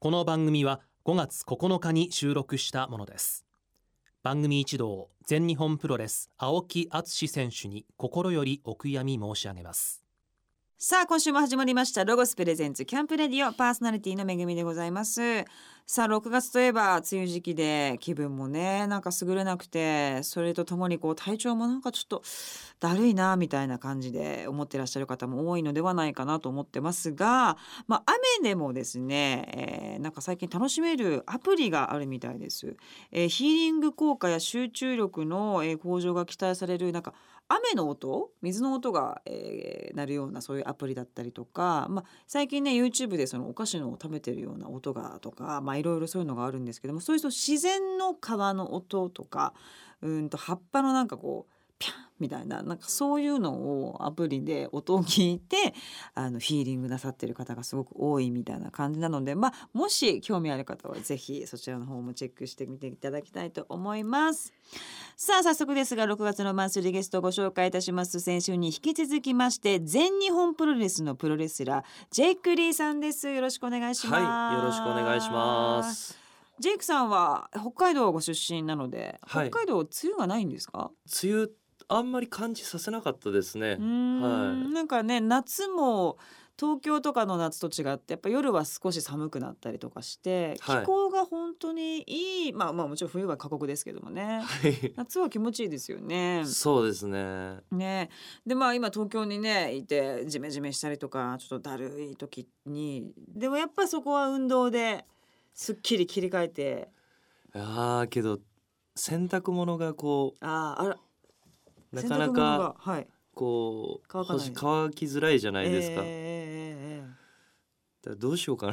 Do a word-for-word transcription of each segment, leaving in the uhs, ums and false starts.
この番組はごがつここのかに収録したものです。番組一同全日本プロレス青木敦選手に心よりお悔やみ申し上げます。 さあ今週も始まりましたロゴスプレゼンツキャンプレディオ、パーソナリティのめぐみでございます。さあろくがつといえば梅雨時期で気分もねなんか優れなくて、それとともにこう体調もなんかちょっとだるいなみたいな感じで思ってらっしゃる方も多いのではないかなと思ってますが、まあ、雨でもですね、えー、なんか最近楽しめるアプリがあるみたいです。えー、ヒーリング効果や集中力の、えー向上が期待されるなんか雨の音水の音が、えー、鳴るようなそういうアプリだったりとか、まあ、最近ね YouTube でそのお菓子の食べてるような音がとか、まあ、いろいろそういうのがあるんですけども、そういうその自然の川の音とかうんと葉っぱのなんかこうピャンみたいななんかそういうのをアプリで音を聞いてあのヒーリングなさってる方がすごく多いみたいな感じなので、まあ、もし興味ある方はぜひそちらの方もチェックしてみていただきたいと思います。さあ早速ですがろくがつのマンスリーゲストをご紹介いたします。先週に引き続きまして全日本プロレスのプロレスラージェイク・リーさんです。よろしくお願いします。 はい、よろしくお願いします。 ジェイクさんは北海道ご出身なので、 はい、 北海道梅雨がないんですか？ 梅雨あんまり感じさせなかったですね。 うーん、 はい、 なんかね夏も東京とかの夏と違ってやっぱ夜は少し寒くなったりとかして、 はい、 気候が本当にいい、まあまあもちろん冬は過酷ですけどもね、 はい、 夏は気持ちいいですよね。 そうですね。 ねでまあ今東京にねいてジメジメしたりとかちょっとだるい時にでもやっぱそこは運動ですっきり切り替えて、 ああけど洗濯物がこああらうなかな洗濯物かがはいこう乾かない干し乾きづらいじゃないですか。 えーえーえーえーだからどうしようかな。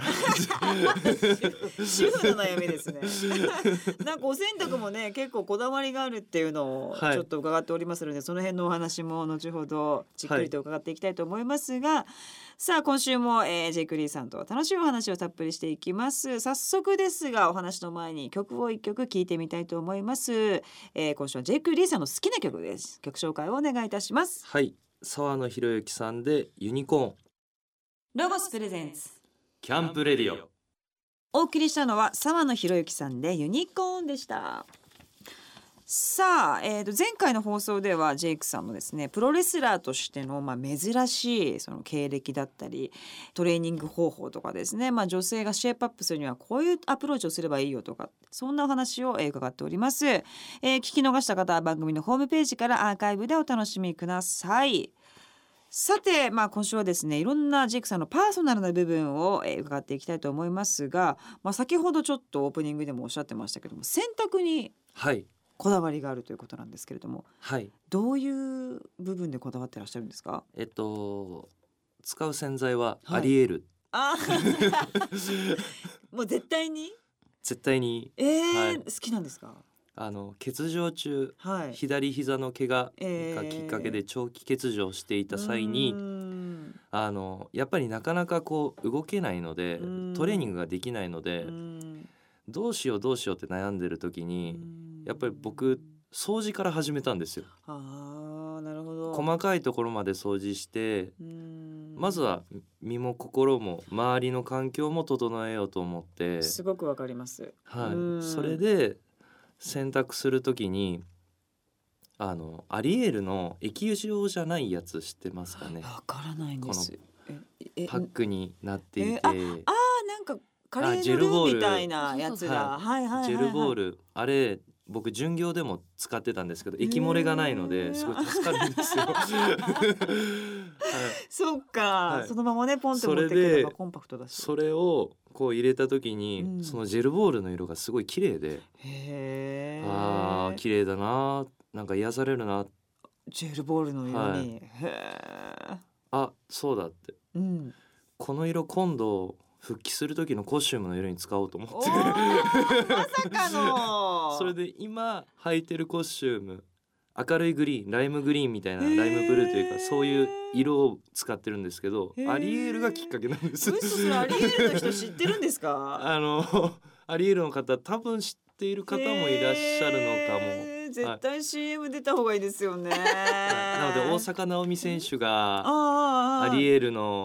主婦の悩みですね。なんかお洗濯もね結構こだわりがあるっていうのをはいちょっと伺っておりますので、その辺のお話も後ほどじっくりと伺っていきたいと思いますが、さあ今週も、えージェイク・リーさんと楽しいお話をたっぷりしていきます。早速ですがお話の前に曲を一曲聴いてみたいと思います。えー今週はジェイク・リーさんの好きな曲です。曲紹介をお願いいたします。 はい、沢野博之さんでユニコーン。 ロゴスプレゼンツキャンプレディオ。 お送りしたのは沢野博之さんでユニコーンでした。さあ、えー、と前回の放送ではジェイクさんのですねプロレスラーとしての、まあ、珍しいその経歴だったりトレーニング方法とかですね、まあ、女性がシェイプアップするにはこういうアプローチをすればいいよとかそんなお話を、えー伺っております。えー聞き逃した方は番組のホームページからアーカイブでお楽しみください。さて、まあ、今週はですねいろんなジェイクさんのパーソナルな部分を、えー伺っていきたいと思いますが、まあ、先ほどちょっとオープニングでもおっしゃってましたけども洗濯にはいこだわりがあるということなんですけれども、 はいどういう部分でこだわってらっしゃるんですか？ えっと使う洗剤ははいアリエール、 あもう絶対に絶対にえーはい好きなんですか？ あの欠場中、 はい左膝の怪我えーがきっかけで長期欠場していた際に、 うーんあのやっぱりなかなかこう動けないのでうんトレーニングができないのでうーんどうしようどうしようって悩んでる時にやっぱり僕掃除から始めたんですよ。 あーなるほど細かいところまで掃除してうーんまずは身も心も周りの環境も整えようと思って、 すごくわかります。うんはい、それで洗濯する時にあのアリエールの液状じゃないやつ知ってますかね。 わからないんです。ええパックになっていて、 えああーなんかカレーのルジェルボールーみたいなやつだ。はいはいはいはい。 ジェルボールあれ僕巡業でも使ってたんですけど液漏れがないのですごい助かるんですよ。はいそっか、 はいそのままねポンって持ってくればコンパクトだし。 それをこう入れた時に、 うんそのジェルボールの色がすごい綺麗で、 へあー綺麗だな、なんか癒されるな、 ジェルボールの色に、 はいへえ。 あそうだって、 うん。 この色今度復帰する時のコスチュームの色に使おうと思っておーまさかの。 それで今履いてるコスチューム明るいグリーンライムグリーンみたいな、 へーライムブルーというかそういう色を使ってるんですけど、 へーアリエールがきっかけなんです嘘それアリエールの人知ってるんですか？ あのアリエールの方多分知っている方もいらっしゃるのかも、 へー絶対 シーエム 出た方がいいですよね。 はいなので大坂なおみ選手があーあーあーアリエールの、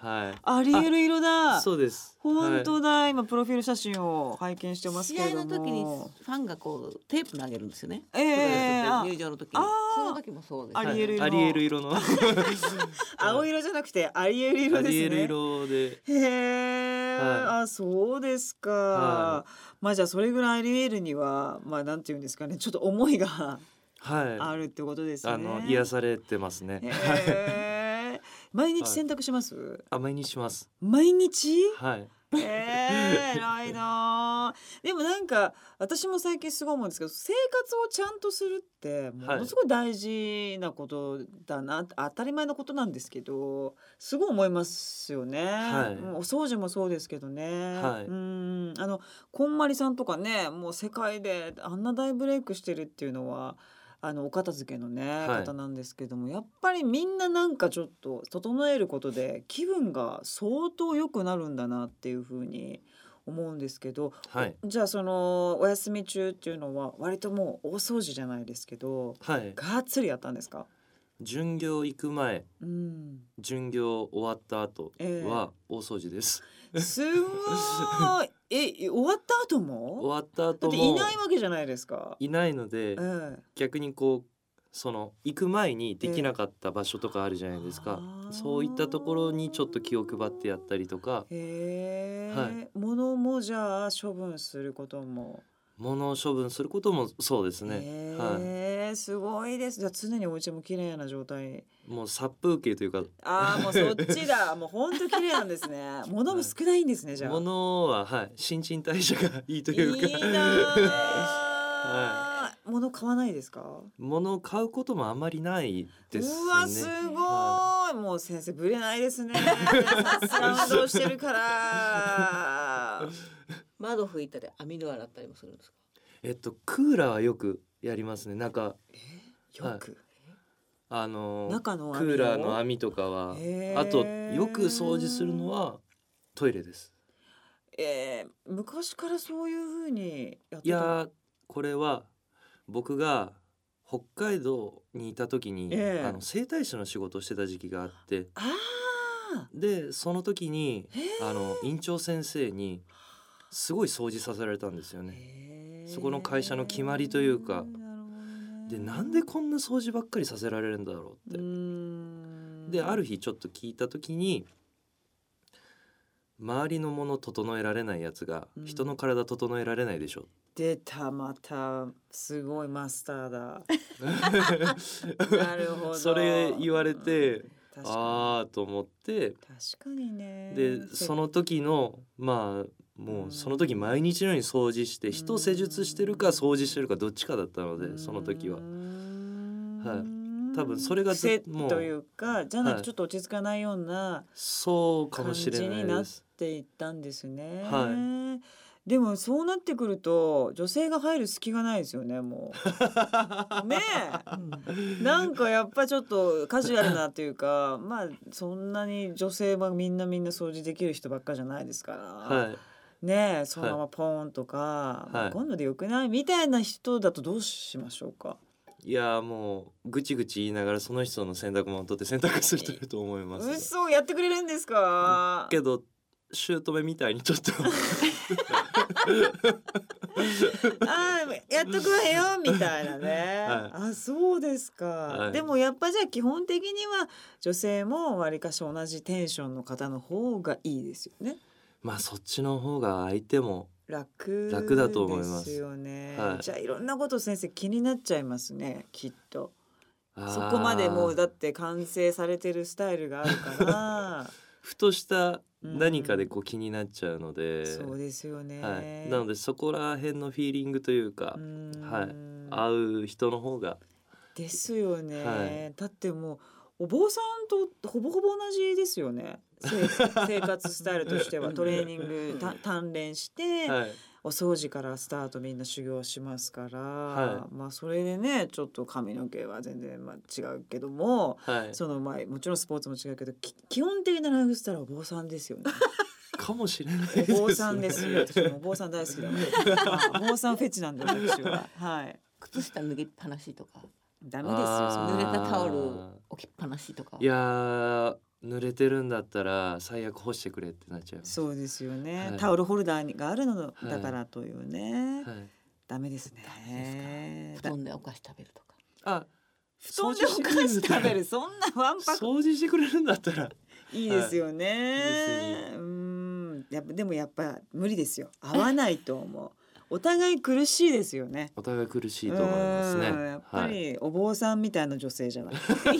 はい。 アリエル色だ。 そうです。 本当だ、今プロフィール写真を拝見してます試けれども、 合の時にファンがこうテープ投げるんですよね。 ええプロレスって入場の時にあその時もそうです、 アリエル色はい、アリエル色の青色じゃなくてアリエル色アですね。 リエル色で、 へえ、 はいあ、そうですか、 はまあじゃあそれぐらいアリエルにはまあなんていうんですかね、ちょっと思いがはい、 あるってことですね。 あの癒されてますね。 へえ毎日洗濯します、 あ、毎日します。 毎日はいえー、偉いな。でもなんか私も最近すごい思うんですけど、生活をちゃんとするってものすごい大事なことだな、当たり前のことなんですけど、すごい思いますよね、 はいうんお掃除もそうですけどね、 はいうんあのこんまりさんとかね、もう世界であんな大ブレイクしてるっていうのはあのお片付けのね、 はい方なんですけども、やっぱりみんななんかちょっと整えることで気分が相当良くなるんだなっていうふうに思うんですけど、 はいじゃあそのお休み中っていうのは割ともう大掃除じゃないですけどはい。 がっつりやったんですか？ 巡業行く前、 うん、 巡業終わった後ええは大掃除です。 すごいえ終わった後終もわった後もだっていないわけじゃないですか。 いないので、 ええ逆にこうその行く前にできなかった場所とかあるじゃないですか、 あーそういったところにちょっと気を配ってやったりとか、 へえ、 はい物もじゃあ処分することも、 物を処分することもそうですね。 へえ、すごいです。じゃあ常にお家も綺麗な状態。 もう殺風景というか、 ああもうそっちだ。もう本当綺麗なんですね。物も少ないんですね、じゃあ。 物は、はい、新陳代謝がいいというかいいなあ、物買わないですか？ 物を買うこともあまりないですね。 うわすごい、 はもう先生ぶれないですね。さすが運動してるから。 窓拭いたり網戸洗ったりもするんですか？ い、えっとクーラーはよくやりますね。なんかよく、 あの中の網をクーラーの網とかは、 へーあとよく掃除するのはトイレです。 えー、昔からそういう風にやってた。 いやー、これは僕が北海道にいた時に、 ええあの整体師の仕事をしてた時期があって、 あでその時にへーあの院長先生にすごい掃除させられたんですよーね。 へーそこの会社の決まりというかなるほどね。 で、なんでこんな掃除ばっかりさせられるんだろううーって、 んである日ちょっと聞いた時に、周りのもの整えられないやつがうん人の体整えられないでしょ、 出た、またすごいマスターだ。なるほど。 それ言われて、 確かあーと思って、 に確かにね。 でその時のまあもうその時毎日のように掃除して、人施術してるか掃除してるかどっちかだったので、その時ははい多分それがず癖もうというか、じゃないはいとちょっと落ち着かないようなそうかも感しれなじになっいです。 ていったんですね。 はでもそうなってくると女性が入る隙がないですよね、もう。ねえ。なんかやっぱちょっとカジュアルなというか、まあそんなに女性はみんなみんな掃除できる人ばっかじゃないですから。 はいねえ、そのままポーンとか、 はい今度でよくないみたいな人だとどうしましょうか。 いやーもうぐちぐち言いながらその人の洗濯物取って洗濯する人いると思います。 嘘、やってくれるんですか？ けど姑みたいにちょっとあーやっとくわよみたいなね、 はあ、そうですか、 はいでもやっぱじゃあ基本的には女性もわりかし同じテンションの方の方がいいですよね。 まあそっちの方が相手も楽楽だと思いますですよね、 はいじゃあいろんなこと先生気になっちゃいますね、きっと。 あーそこまでもうだって完成されてるスタイルがあるからふとした何かでこう気になっちゃうので、 そうですよね、 はい、なのでそこら辺のフィーリングというかう、んはい合う人の方がですよね、 はいだってもうお坊さんとほぼほぼ同じですよね、せ生活スタイルとしては。トレーニングた鍛錬して、 はいお掃除からスタートみんな修行しますから、 はまあそれでねちょっと髪の毛は全然まあ違うけども、 はいそのまあもちろんスポーツも違うけどき基本的なライフスタイルはお坊さんですよね。 かもしれないですね。 お坊さんですよ。私もお坊さん大好きだから。お坊さんフェチなんで私は。はい。 靴下脱ぎっぱなしとかダメですよ。 あーそんな濡れたタオル置きっぱなしとか。 いやー濡れてるんだったら最悪干してくれってなっちゃいます。 そうですよね、 はいタオルホルダーがあるのだからというね、 はい、 ダメですね。 布団でお菓子食べるとか。 あ、 布団でお菓子食べるそんなわんぱく掃除してくれるんだったらいいですよね、 はい、 うんやっぱでもやっぱ無理ですよ、合わないと思うお互い苦しいですよね。 お互い苦しいと思いますね。 やっぱりお坊さんみたいな女性じゃない、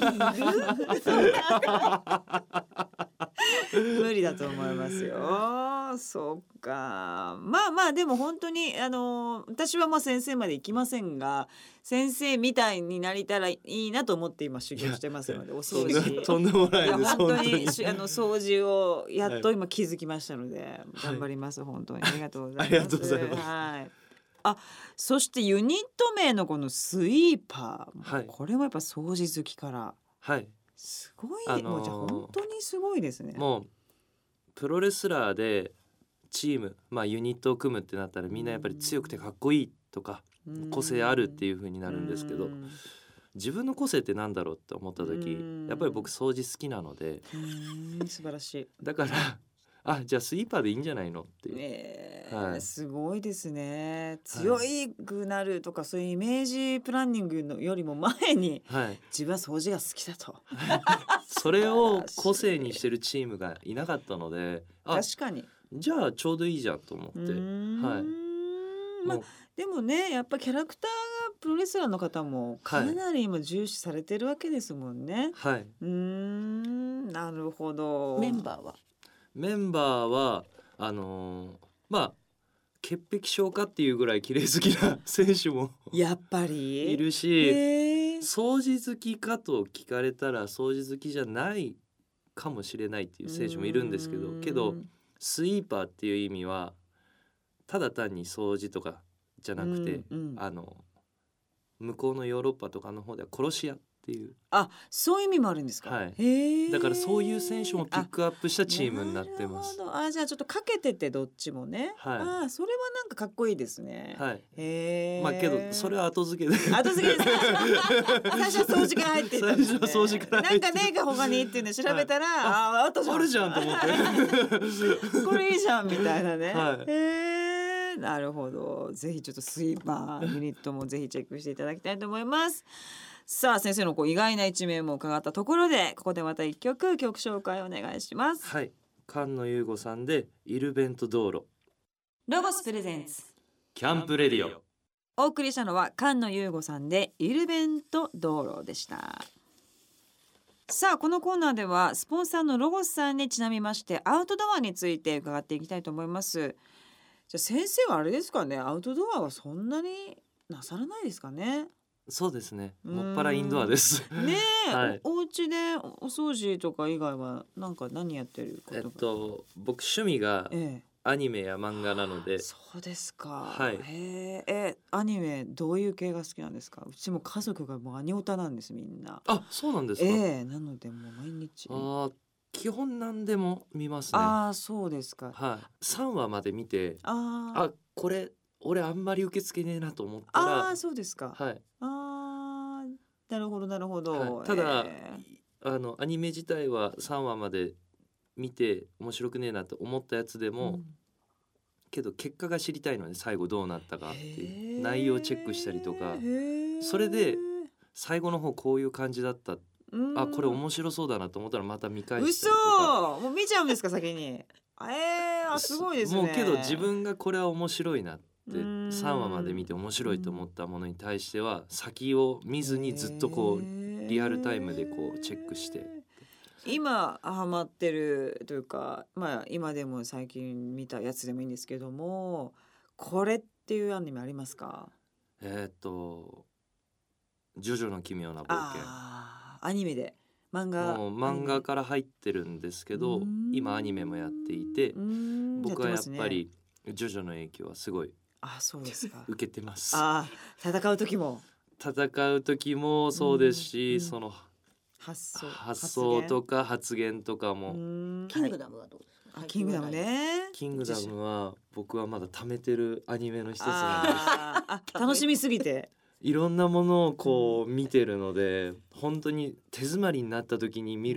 無理だと思いますよ。そうか、まあまあでも本当にあの私はまあ先生まで行きませんが、先生みたいになりたらいいなと思って今修行してますので、お掃除とんでもないいやです本当に本当にしあの掃除をやっと今気づきましたので、頑張ります、本当にありがとうございます。 ありがとうございますはい。あ、そしてユニット名のこのスイーパー、 はいこれもやっぱ掃除好きからはい、 すごい、 あのーもうじゃあ本当にすごいですね。 もうプロレスラーでチーム、まあ、ユニットを組むってなったらみんなやっぱり強くてかっこいいとか個性あるっていう風になるんですけど、 うん自分の個性ってなんだろうって思った時うんやっぱり僕掃除好きなので、 うん素晴らしい。 だからあ、じゃあスイーパーでいいんじゃないのっていう、 えーはいすごいですね。強いくなるとかそういうイメージプランニングのよりも前にはい、 自分は掃除が好きだと。 それを個性にしてるチームがいなかったので、あ、 確かに。 じゃあちょうどいいじゃんと思って、 うーんはい、 まあもうでもねやっぱキャラクターがプロレスラーの方もかなり今重視されてるわけですもんね。 はい、 うーんなるほど。 メンバーは。 メンバーはあのーまあ潔癖症かっていうぐらい綺麗好きな選手もやっぱりいるし、 へー掃除好きかと聞かれたら掃除好きじゃないかもしれないっていう選手もいるんですけど、けどスイーパーっていう意味はただ単に掃除とかじゃなくて、 うんうんあの向こうのヨーロッパとかの方では殺し屋っていう、 あそういう意味もあるんですか。 はいへーだからそういう選手もピックアップしたチームになってます。 なるほど。あじゃあちょっとかけててどっちもね。 はいあそれはなんかかっこいいですね。 はい、 へーまあけどそれは後付けで後付けです。最初は掃除から入っていったんですね。 最初は掃除から入ってなんかねえか他にっていうの調べたら、 はいあああったじゃん。 あるじゃんと思ってこれいいじゃんみたいなね。 はいへえなるほど。ぜひちょっとスイーパーユニットもぜひチェックしていただきたいと思います。さあ先生のこう意外な一面も伺ったところで、ここでまた一曲曲紹介お願いします。 はい、菅野優吾さんでイルベント道路ロゴスプレゼンツ。 キャンプレディオ。 お送りしたのは菅野優吾さんでイルベント道路でした。さあこのコーナーではスポンサーのロゴスさんにちなみましてアウトドアについて伺っていきたいと思います。じゃあ先生はあれですかね、アウトドアはそんなになさらないですかね。 そうですね、 うーんもっぱらインドアですねえ、 はいおお家でお掃除とか以外はなんか何やってることが。 えっと僕趣味がえアニメや漫画なのえ、 で、 そうですか。 はいへえ、えアニメどういう系が好きなんですか。うちも家族がもうアニオタなんですみんな。 あ、そうなんですか。 ええなのでもう毎日。 あー基本何でも見ますね。 ああそうですか。 はい、さんわまで見て、 あああ、これ俺あんまり受け付けねえなと思ったあら、 あそうですか。 はい、 ああなるほどなるほど。 はい、ただ、 えあのアニメ自体はさんわまで見て面白くねえなと思ったやつでえも、 うんけど結果が知りたいので最後どうなったかっていうへえ内容をチェックしたりとか、 へえそれで最後の方こういう感じだった、 うんあ、これ面白そうだなと思ったらまた見返したり嘘とか。 もう見ちゃうんですか先に。ええあすごいですね。 もうけど自分がこれは面白いなってうんさんわまで見て面白いと思ったものに対しては先を見ずにずっとこうリアルタイムでこうチェックして今ハマってるというか、まあ今でも最近見たやつでもいいんですけども、これっていうアニメありますか。 えーっと「ジョジョの奇妙な冒険」 あーアニメで漫画もう漫画から入ってるんですけど今アニメもやっていて僕はやっぱりジョジョの影響はすごいあそうですか。 受けてますあ戦う時も戦う時もそうですし、 うんその発想発想とか発言とかも、 キングダムはどうですか。 あキングダム。ね。 キングダムは僕はまだ貯めてるアニメの一つなんです。 あーあ楽しみすぎて。 いろんなものをこう見てるので本当に手詰まりになった時に見る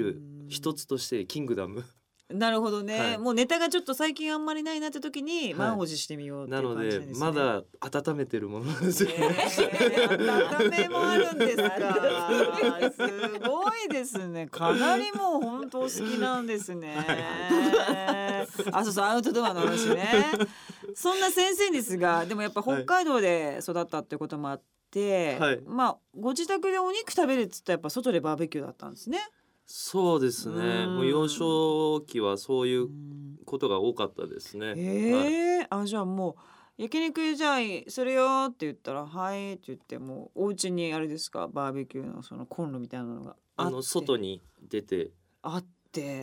一つとしてキングダムなるほどね、 はい、 もうネタがちょっと最近あんまりないなって時に満を持してみようっていう感じなんですね、 なのでまだ温めてるものですね、 えー、温めもあるんですかすごいですね、かなりもう本当好きなんですね、あ、そうそう、アウトドアの話ねそんな先生ですが、でもやっぱ北海道で育ったってこともあって、はい、まあご自宅でお肉食べるっつったらやっぱ外でバーベキューだったんですね。 そうですね、もう幼少期はそういうことが多かったですね。 えーはい、あ、じゃあもう焼肉じゃあするよって言ったらはいって言って、もうお家にあれですか、バーベキューのそのコンロみたいなのがあって、 あの外に出てあって、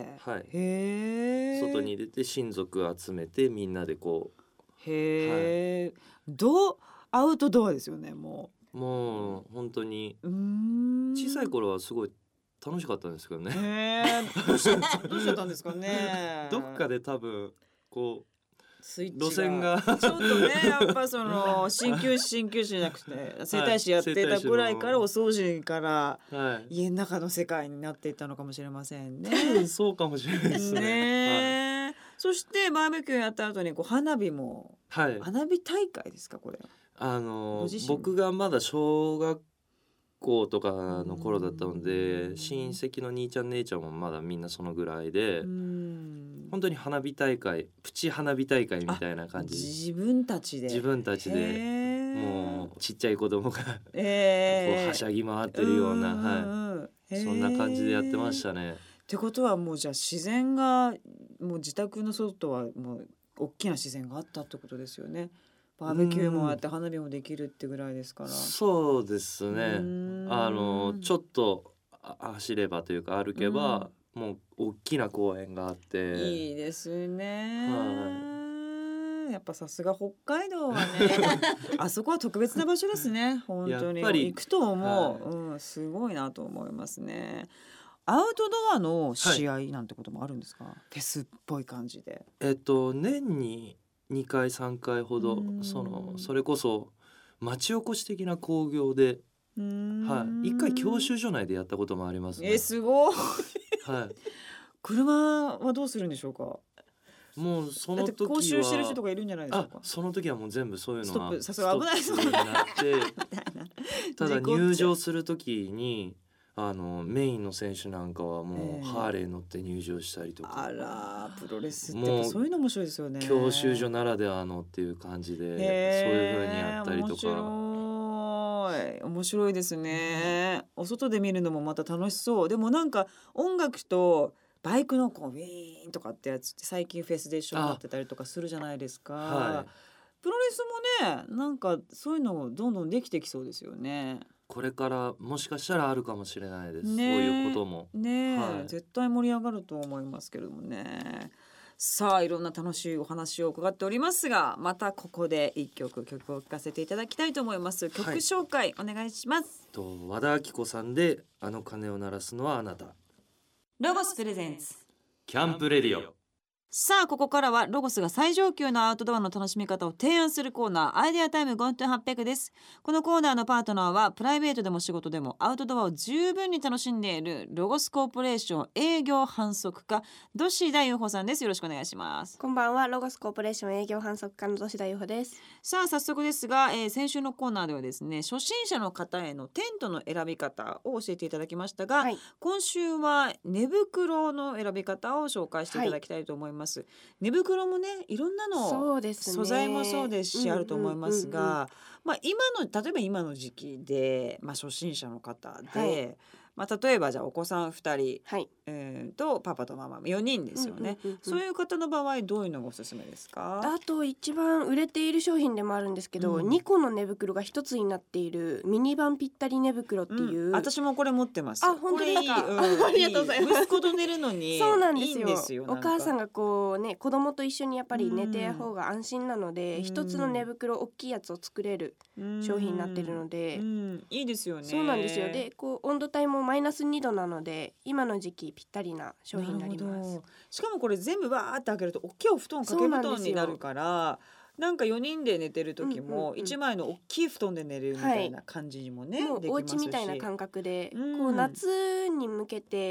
はい、 へー、 外に出て親族集めてみんなでこう、 へー、はい、どアウトドアですよね。もうもう本当にうーん、 小さい頃はすごい楽しかったんですけどね。 へー、どうしちゃったどうしちゃったんですかね。 どっかで多分こうスイッチ路線がちょっとね、やっぱその鍼灸師鍼灸師じゃなくて整体師やってたぐらいからお掃除から家の中の世界になっていったのかもしれませんね。 そうかもしれないですね。 ね、はい、そしてバーベキューやった後にこう花火も、はい、花火大会ですかこれ。 あの僕がまだ小学校とかの頃だったので、親戚の兄ちゃん姉ちゃんもまだみんなそのぐらいで、うん本当に花火大会、プチ花火大会みたいな感じ。 自分たちで自分たちでもうちっちゃい子供がえこうはしゃぎ回ってるような、はい、そんな感じでやってましたね。 ってことはもうじゃあ自然がもう自宅の外はもう大きな自然があったってことですよね。バーベキューもあって花火もできるってぐらいですから。そうですね。あのちょっと走ればというか歩けば、もう大きな公園があって。 いいですね。はい、やっぱさすが北海道はねあそこは特別な場所ですね。本当に行くと思う、はい、うん、すごいなと思いますね。アウトドアの試合なんてこともあるんですか、はい、フェスっぽい感じで。 えっと年ににかいさんかいほど、そのそれこそ町おこし的な興行で、はい、いっかい教習所内でやったこともありますね。 えー、すごいはい、 車はどうするんでしょうか。 もうその時は講習してる人とかいるんじゃないですか。 あ、その時はもう全部そういうのはさすが危ないですねになってただ入場する時にあのメインの選手なんかはもうハーレー乗って入場したりとか、 えー、あらプロレスってそういうの面白いですよね。 教習所ならではのっていう感じで、えー、そういう風にやったりとか。 面白い面白いですね、うん、お外で見るのもまた楽しそう。でもなんか音楽とバイクのこうウィーンとかってやつって最近フェスで一緒になってたりとかするじゃないですか、はい、プロレスもねなんかそういうのどんどんできてきそうですよね。 これからもしかしたらあるかもしれないです、ね、そういうこともね、はい、絶対盛り上がると思いますけれどもね。さあいろんな楽しいお話を伺っておりますが、またここで一曲曲を聴かせていただきたいと思います。曲紹介、はい、お願いします。 と和田アキ子さんであの鐘を鳴らすのはあなた。 ロゴスプレゼンツキャンプレディオ。 さあここからはロゴスが最上級のアウトドアの楽しみ方を提案するコーナー、アイデアタイムごふんはっぴゃくです。このコーナーのパートナーはプライベートでも仕事でもアウトドアを十分に楽しんでいるロゴスコーポレーション営業販促課土師田裕穂さんです。よろしくお願いします。 こんばんは。ロゴスコーポレーション営業販促課の土師田裕穂です。 さあ早速ですが、えー、先週のコーナーではですね初心者の方へのテントの選び方を教えていただきましたが、はい、今週は寝袋の選び方を紹介していただきたいと思います、はい。寝袋もねいろんなのそうですね、 素材もそうですし、うん、あると思いますが、うんうんうんうん、まあ、今の例えば今の時期で、まあ、初心者の方で、はい、まあ、例えばじゃあお子さんふたり、はい、えー、とパパとママよにんですよね、うんうんうんうん、そういう方の場合どういうのがおすすめですか。 あと一番売れている商品でもあるんですけど、うん、にこの寝袋がひとつになっているミニバンぴったり寝袋っていう、 うん、私もこれ持ってます。 あ、本当ですか。 うん、ありがとうございます。息子と寝るのにそうなんですよ。 いいんですよ。 お母さんがこうね子供と一緒にやっぱり寝てる方が安心なので一、うん、つの寝袋大きいやつを作れる商品になってるので、 うんうん、いいですよね。 そうなんですよ。でこう温度帯もマイナスにどなので今の時期ぴったりな商品になります。 しかもこれ全部わーって開けると大きいお布団掛け布団になるからなんかよにんで寝てる時もいちまいの大きい布団で寝るみたいな感じにもね、 はい、もうお家みたいな感覚で、うん、こう夏に向けて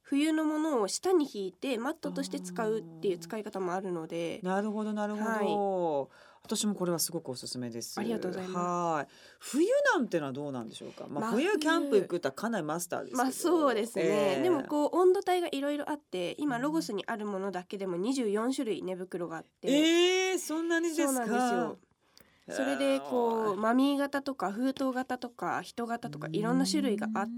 冬のものを下に引いてマットとして使うっていう使い方もあるので。 なるほどなるほど、私もこれはすごくおすすめです。 ありがとうございます。 はい冬なんてのはどうなんでしょうか。まあ、 まあ冬キャンプ行くとかなりマスターですけど。 まあそうですね、 えーでもこう温度帯がいろいろあって今ロゴスにあるものだけでもにじゅうよんしゅるい寝袋があって、 えー、そんなにですか。 そうなんですよ。それでこうマミー型とか封筒型とか人型とかいろんな種類があって、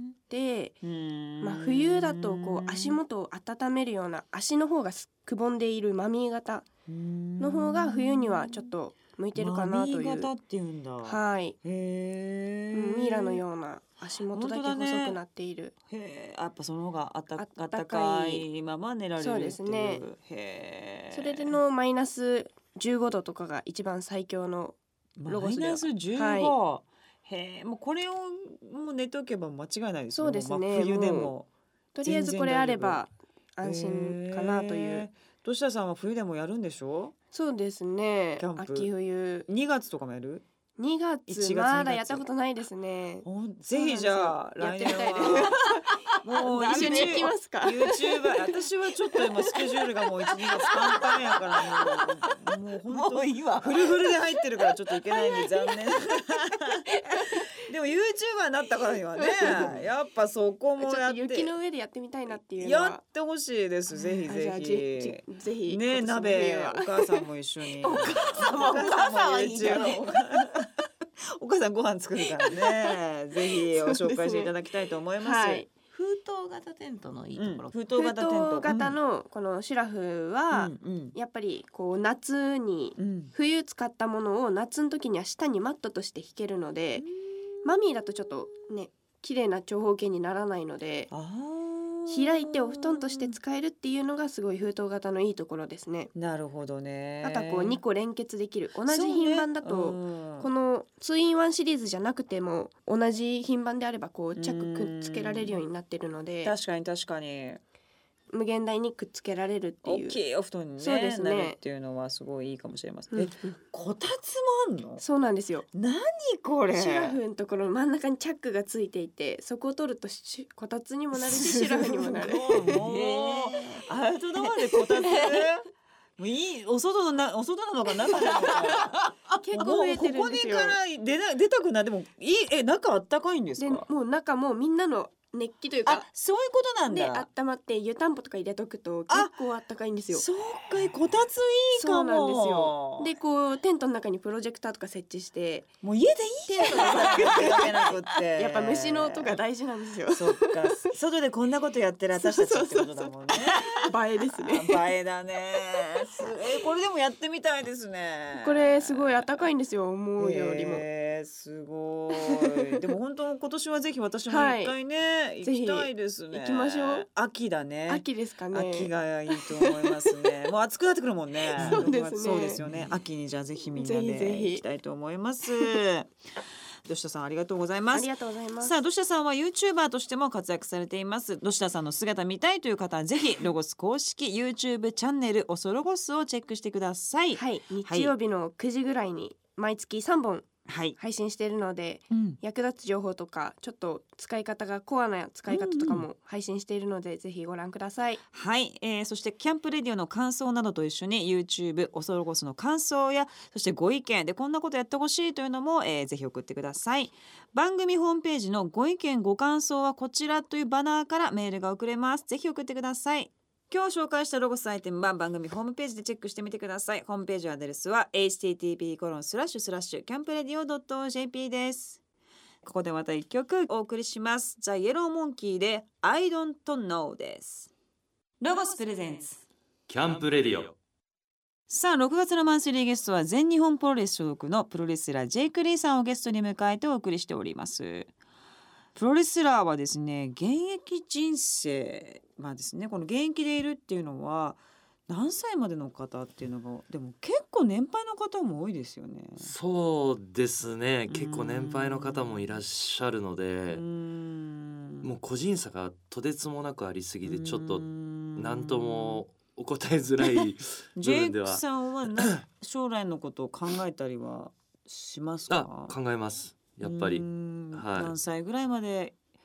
まあ、冬だとこう足元を温めるような足の方がくぼんでいるマミー型の方が冬にはちょっと向いてるかなという。 マミー型っていうんだ。 はい、 へー、 ミイラのような足元だけ細くなっている。 へー、やっぱその方があったああったったかかいいまま寝られるっていう。 そうですね。 へー、 それでのマイナスじゅうごどとかが一番最強のロゴスではマイナスじゅうご、 はへー、もうこれをもう寝とけば間違いないですよ。 そうですねまあ冬でももとりあえずこれあれば安心かなという。 へー、どしたさんは冬でもやるんでしょ。 そうですねキャンプ秋冬にがつとかもやる。 にがいちつがつまだやったことないですね。 おぜひじゃあ来年そうなんですよやってはもう一緒に行きますか。 YouTuber 私はちょっと今スケジュールがもういち、にがつパンパンやからもうもう本当もういいわフルフルで入ってるからちょっといけないんで残念でも YouTuber になったからにはねやっぱそこもちょっとやって雪の上でやってみたいなっていうのやはってほしいです。ぜひあじゃあぜじひじぜひね今年の鍋冬はお母さんも一緒におさんもお母さんはいいだろうお母さんご飯作るからねぜひお紹介していただきたいと思います。 はい封筒型テントのいいところ、 うん封筒封型テント筒型のこのシュラフはうんやっぱりこう夏にうんうん冬使ったものを夏の時には下にマットとして引けるので、マミーだとちょっとね綺麗な長方形にならないのであー開いてお布団として使えるっていうのがすごい封筒型のいいところですね。 なるほどね。 あとはこうにこ連結できる同じ品番だと、 そうねこのツーインワンシリーズじゃなくても同じ品番であればこうチャックくっつけられるようになってるのうんで確かに確かに無限大にくっつけられるっていう。 大きいお布団にねそうですねなるっていうのはすごいいいかもしれません。 うんえこたつもあんの。 そうなんですよ。 何これ。 シュラフのところの真ん中にチャックがついていてそこを取るとシュこたつにもなるしシュラフにもなる。 すごいもうアウトドアでこたつもういいお外のなお外なのか中なのか結構増えてるんですよ。 もうここにから出な出たくない。でもいいえ中あったかいんですでか。 もう中もみんなの熱気というあかそういうことなんでだ。 温まって湯たんぽとか入れとくと結あ構あったかいんですよ。 そうかこたついいかも。 そうなんですよ。でこうテントの中にプロジェクターとか設置してもう家でいいテントの中でわけなくってやっぱ虫の音が大事なんですよ。 そっか外でこんなことやってる私たちってことだもんね。 映えですね。 あ映えだね。すえこれでもやってみたいですね。 これすごい暖かいんですよ思うよりも。 えー、すごい。でも本当今年はぜひ私も一回ね、行ぜひきたいですね。 行きましょう。 秋だね。 秋ですかね。 秋がいいと思いますね。もう暑くなってくるもんね。 そうですねそうですよね。秋にじゃあぜひみんなでぜひぜひ行きたいと思います。どしたさんありがとうございますあり。がとうございます。 さあどしたさんは YouTuber としても活躍されています。どしたさんの姿見たいという方はぜひロゴス公式 YouTube チャンネルおそロゴスをチェックしてください。 はい、日曜日のくじぐらいに毎月さんぼんはい。 配信しているのでうん役立つ情報とかちょっと使い方がコアな使い方とかも配信しているので、ぜひご覧ください。 はい、えー、そしてキャンプレディオの感想などと一緒に YouTube おそロゴスの感想やそしてご意見でこんなことやってほしいというのも、えー、ぜひ送ってください。番組ホームページのご意見ご感想はこちらというバナーからメールが送れます。ぜひ送ってください。今日紹介したロゴスアイテムは番組ホームページでチェックしてみてください。ホームページアドレスは エイチティーティーピーコロンスラッシュスラッシュキャンプレディオドットジェーピー です。ここでまた一曲お送りします。ザ・イエローモンキーで I don't know です。ロゴスプレゼンツキャンプレディオ。 さあろくがつのマンスリーゲストは全日本プロレス所属のプロレスラージェイク・リーさんをゲストに迎えてお送りしております。プロレスラーはですね現役人生まあですねこの現役でいるっていうのは何歳までの方っていうのがでも結構年配の方も多いですよね。 そうですね。結構年配の方もいらっしゃるのうで、 ーんもう個人差がとてつもなくありすぎてちょっと何何ともお答えづらい部ジェイ分ではクさんはな将来のことを考えたりはしますか？ あ考えます。やっぱりうーんはい何歳ぐらいまで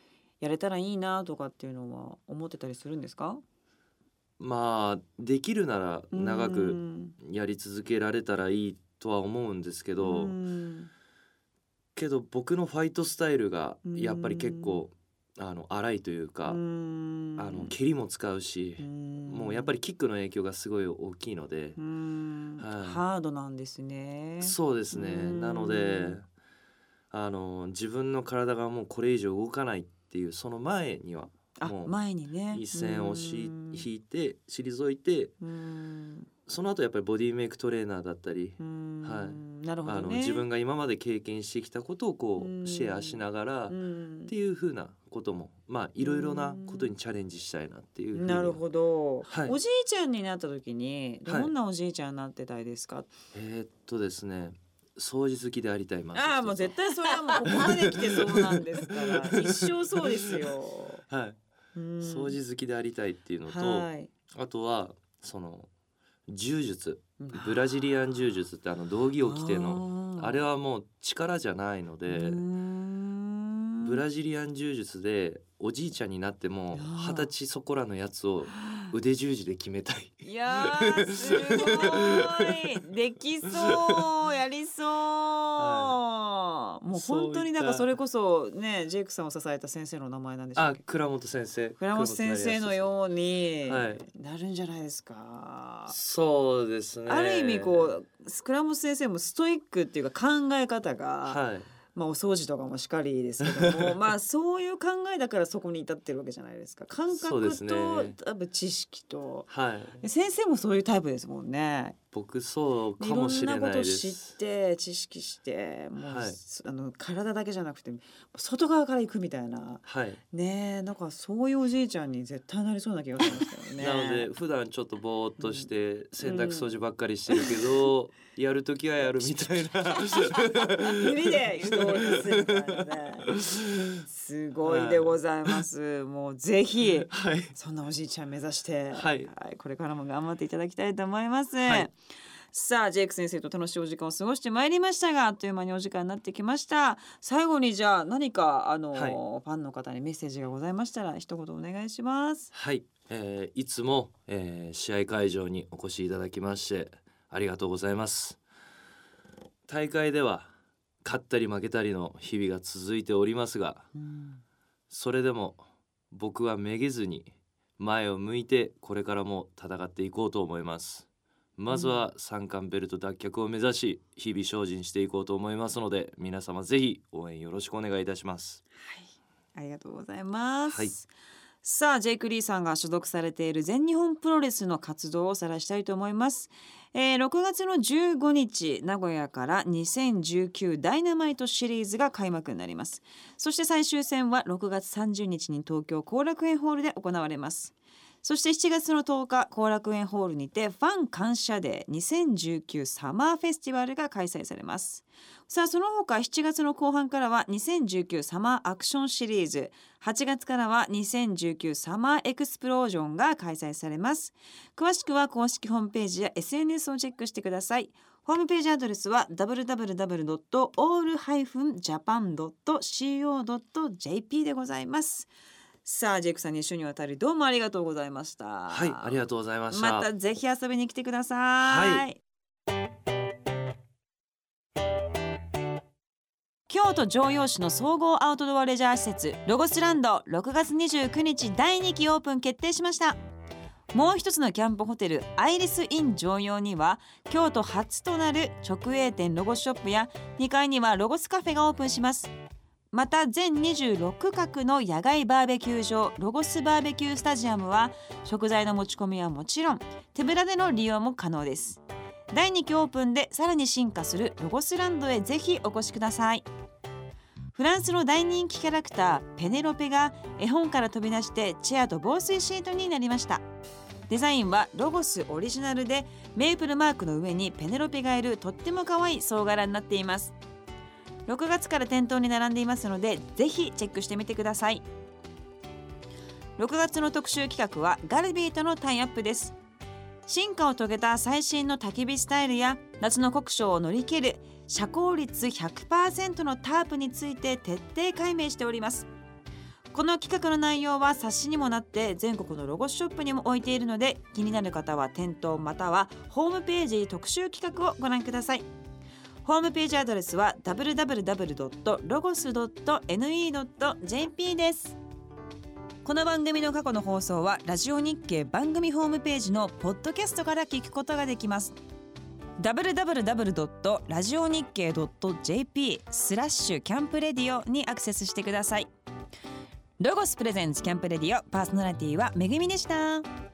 やれたらいいなとかっていうのは思ってたりするんですか？ まあできるなら長うくんやり続けられたらいいとは思うんですけど、 うんけど僕のファイトスタイルがやっぱり結構あの荒いというか、 うんあの蹴りも使うし、 うんもうやっぱりキックの影響がすごい大きいのでう、んはいハードなんですね。 そうですね。 うんなのであの自分の体がもうこれ以上動かないっていうその前にはあもう前にね一線をしうん引いて退いて、 うんその後やっぱりボディメイクトレーナーだったり、 うんはいなるほどね。 あの自分が今まで経験してきたことをこうんうシェアしながらっうんていう風なこともまあいろいろなことにチャレンジしたいなっていうふうに。 なるほど、 はいおじいちゃんになった時にはいどんなおじいちゃんになってたいですか？ えーっとですね掃除好きでありたいまずああもう絶対それはもうここまで来てそうなんですから一生そうですよ。 はいうん掃除好きでありたいっていうのと、 はいあとはその柔術ブラジリアン柔術ってあの道着を着てのあれはもう力じゃないので、ブラジリアン柔術でおじいちゃんになってもあー二十歳そこらのやつを腕十字で決めたい。 いやーすごいできそうやりそう、もう本当になんかそれこそねジェイクさんを支えた先生の名前なんでしょうっけ？ あ倉本先生倉本先生のようにはいなるんじゃないですか。 そうですね。 ある意味こう倉本先生もストイックっていうか考え方が、 はいまあ、お掃除とかもしかりですけどもまあそういう考えだからそこに至ってるわけじゃないですか。感そうで覚と、 すね多分知識とはい先生もそういうタイプですもんね。 僕そうかもしれいろんなないでこと知っす。 て知識してもう、 はいあの体だけじゃなくて外側から行くみたいなはいねえなんかそういうおじいちゃんに絶対なりそうな気がしますけどね。 なので普段ちょっとぼーっとして洗濯掃除ばっかりしてるけど、やるときはやるみたいな指で人を映すみたいなねすごいでございます、もうぜひはいそんなおじいちゃん目指して、 はいこれからも頑張っていただきたいと思います、 はいさあジェイク先生と楽しいお時間を過ごしてまいりましたがあっという間にお時間になってきました。最後にじゃあ何かあの、 はいファンの方にメッセージがございましたら一言お願いします。 はい、えーいつも、えー試合会場にお越しいただきましてありがとうございます。大会では勝ったり負けたりの日々が続いておりますが、 うんそれでも僕はめげずに前を向いてこれからも戦っていこうと思います。まずは三冠ベルト脱却を目指し日々精進していこうと思いますので皆様ぜひ応援よろしくお願いいたします。 ありがとうございます、 はいさあジェイク・リーさんが所属されている全日本プロレスの活動をおさらいしたいと思います、えー、ろくがつのじゅうごにち名古屋からにせんじゅうきゅうダイナマイトシリーズが開幕になります。そして最終戦はろくがつさんじゅうにちに東京後楽園ホールで行われます。そしてしちがつのとおか後楽園ホールにてファン感謝デーにせんじゅうきゅうサマーフェスティバルが開催されます。さあその他しちがつの後半からはにせんじゅうきゅうサマーアクションシリーズ、はちがつからはにせんじゅうきゅうサマーエクスプロージョンが開催されます。詳しくは公式ホームページや エスエヌエス をチェックしてください。ホームページアドレスは ダブリューダブリューダブリュードットオールジャパンドットコードットジェーピー でございます。さあジェイクさんに週にわたりどうもありがとうございました。 はい、ありがとうございました。 またぜひ遊びに来てください、 はい京都城陽市の総合アウトドアレジャー施設ロゴスランドろくがつにじゅうくにちだいにきオープン決定しました。もう一つのキャンプホテルアイリスイン城陽には京都初となる直営店ロゴスショップやにかいにはロゴスカフェがオープンします。また全にじゅうろくかくの野外バーベキュー場ロゴスバーベキュースタジアムは食材の持ち込みはもちろん手ぶらでの利用も可能です。だいにきオープンでさらに進化するロゴスランドへぜひお越しください。フランスの大人気キャラクターペネロペが絵本から飛び出してチェアと防水シートになりました。デザインはロゴスオリジナルでメープルマークの上にペネロペがいるとっても可愛い総柄になっています。ろくがつから店頭に並んでいますのでぜひチェックしてみてください。ろくがつの特集企画はガルビーとのタイアップです。進化を遂げた最新の焚き火スタイルや夏の酷暑を乗り切る遮光率 ひゃくパーセント のタープについて徹底解明しております。 この企画の内容は冊子にもなって全国のロゴスショップにも置いているので、気になる方は店頭またはホームページ特集企画をご覧ください。ホームページアドレスは ダブリューダブリューダブリュードットロゴスドットネットドットジェーピー です。この番組の過去の放送はラジオ日経番組ホームページのポッドキャストから聞くことができます。 ダブリューダブリューダブリュードットラジオ日経ドットジェーピー スラッシュキャンプレディオにアクセスしてください。ロゴスプレゼンツキャンプレディオ、パーソナリティはめぐみでした。